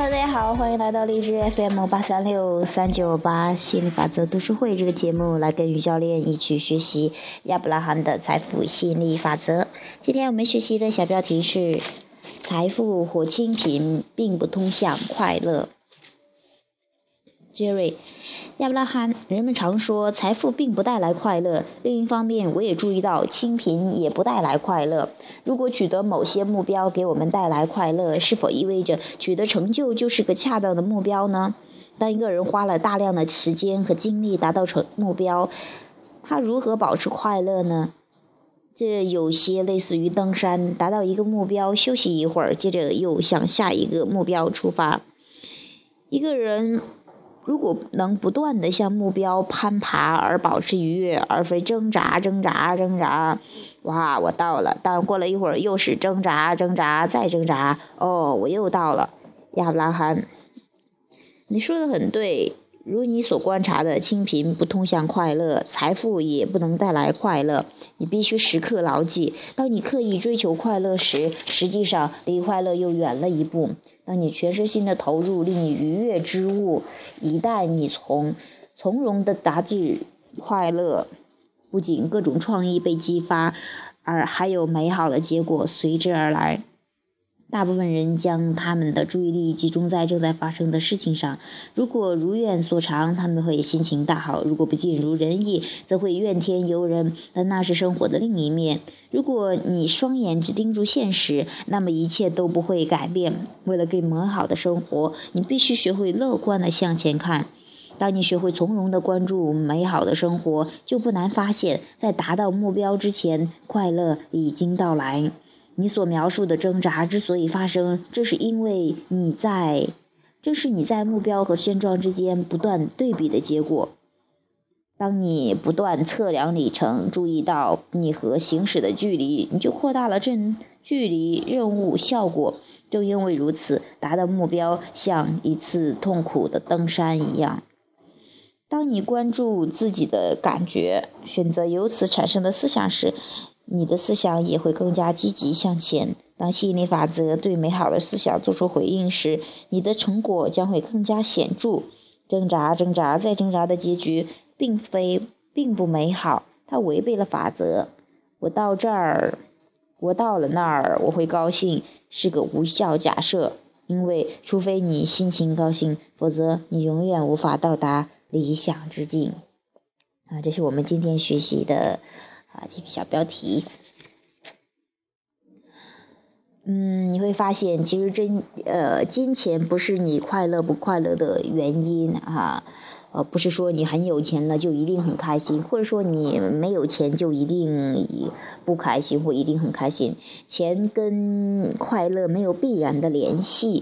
大家好，欢迎来到荔枝 FM836398心理法则读书会这个节目，来跟于教练一起学习亚伯拉罕的财富吸引力法则。今天我们学习的小标题是财富或清贫并不通向快乐。Jerry， 亚伯拉罕，人们常说财富并不带来快乐，另一方面我也注意到清贫也不带来快乐。如果取得某些目标给我们带来快乐，是否意味着取得成就就是个恰当的目标呢？当一个人花了大量的时间和精力达到目标，他如何保持快乐呢？这有些类似于登山，达到一个目标休息一会儿，接着又向下一个目标出发。一个人如果能不断地向目标攀爬而保持愉悦，而非挣扎，哇，我到了，但过了一会儿又是挣扎，再挣扎，我又到了。亚伯拉罕，你说的很对，如你所观察的，清贫不通向快乐，财富也不能带来快乐。你必须时刻牢记，当你刻意追求快乐时，实际上离快乐又远了一步。当你全身心的投入令你愉悦之物，一旦你从容的达至快乐，不仅各种创意被激发，而还有美好的结果随之而来。大部分人将他们的注意力集中在正在发生的事情上，如果如愿所偿，他们会心情大好；如果不尽如人意，则会怨天尤人，但那是生活的另一面。如果你双眼只盯住现实，那么一切都不会改变。为了更美好的生活，你必须学会乐观地向前看。当你学会从容地关注美好的生活，就不难发现，在达到目标之前，快乐已经到来。你所描述的挣扎之所以发生，这是因为正是你在目标和现状之间不断对比的结果。当你不断测量里程，注意到你和行驶的距离，你就扩大了距离、任务、效果。正因为如此，达到目标像一次痛苦的登山一样。当你关注自己的感觉，选择由此产生的思想时，你的思想也会更加积极向前。当吸引力法则对美好的思想做出回应时，你的成果将会更加显著。挣扎再挣扎的结局并不美好，它违背了法则。我到这儿，我到了那儿，我会高兴，是个无效假设，因为除非你心情高兴，否则你永远无法到达理想之境。这是我们今天学习的这个小标题。你会发现其实金钱不是你快乐不快乐的原因不是说你很有钱了就一定很开心，或者说你没有钱就一定不开心或一定很开心。钱跟快乐没有必然的联系。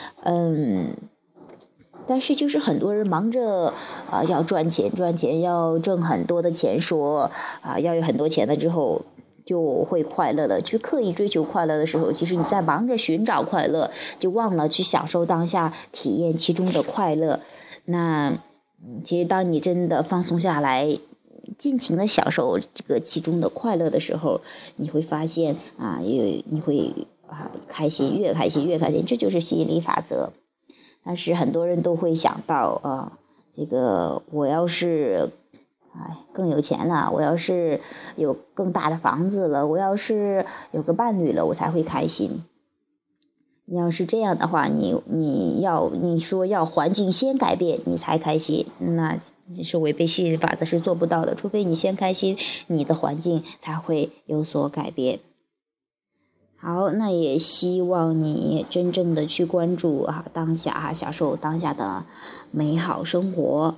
但是就是很多人忙着要赚钱，要挣很多的钱，说要有很多钱了之后就会快乐了，去刻意追求快乐的时候，其实你在忙着寻找快乐，就忘了去享受当下，体验其中的快乐。那其实当你真的放松下来，尽情的享受这个其中的快乐的时候，你会发现你会开心，越开心，这就是吸引力法则。但是很多人都会想到这个我要是更有钱了，我要是有更大的房子了，我要是有个伴侣了，我才会开心。你要是这样的话，你说要环境先改变你才开心，那是违背吸引力法则，是做不到的。除非你先开心，你的环境才会有所改变。好，那也希望你真正的去关注当下享受当下的美好生活。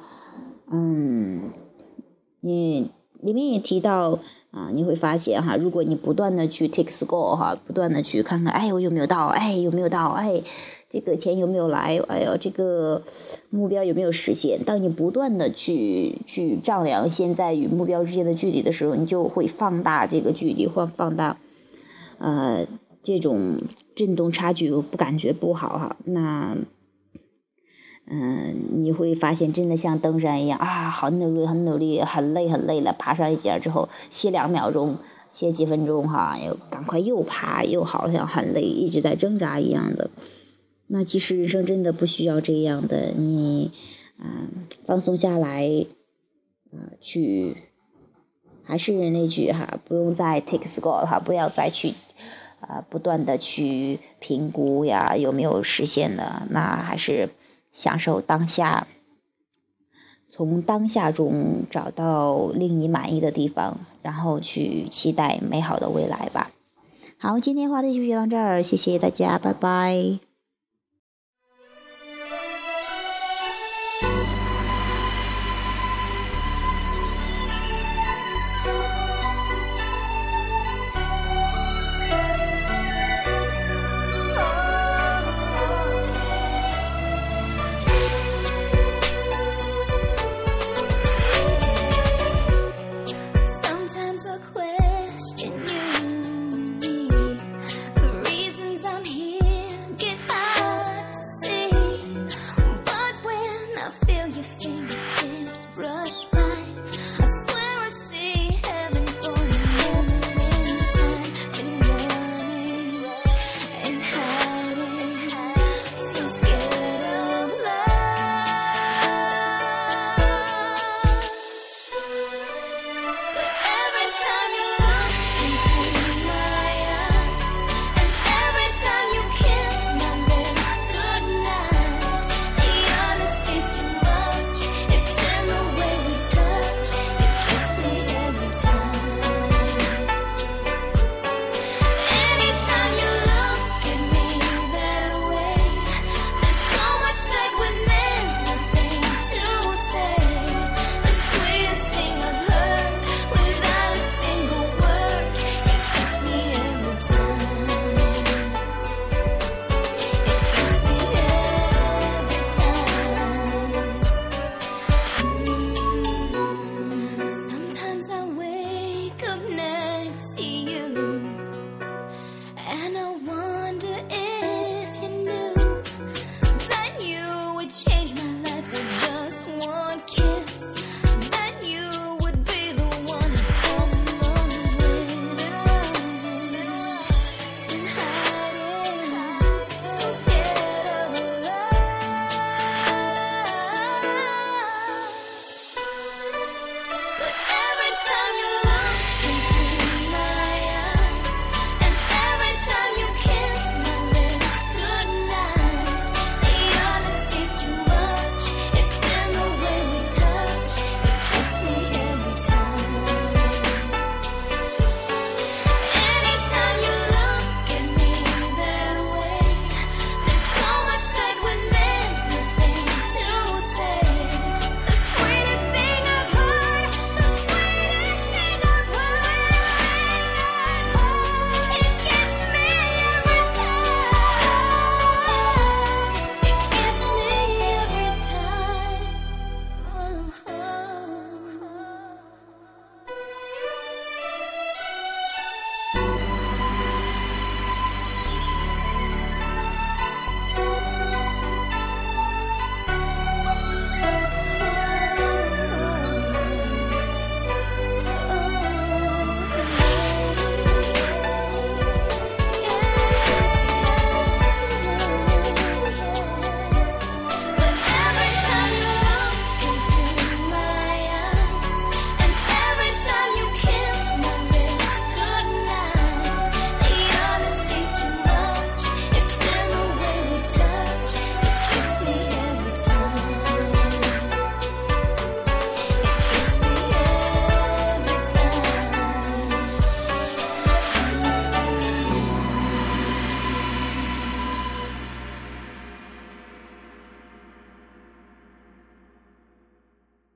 你里面也提到你会发现如果你不断的去 take score 不断的去看看我有没有到，这个钱有没有来，这个目标有没有实现。当你不断的去丈量现在与目标之间的距离的时候，你就会放大这个距离，或放大这种震动差距，不感觉不好那你会发现真的像登山一样很努力，很累了，爬上一节之后歇2秒钟，歇几分钟又赶快又爬，又好像很累，一直在挣扎一样的。 那其实人生真的不需要这样的，你放松下来，去还是那句哈，不用再 take score 哈，不要再去不断的去评估呀有没有实现的，那还是享受当下，从当下中找到令你满意的地方，然后去期待美好的未来吧。好，今天话题就到这儿，谢谢大家，拜拜。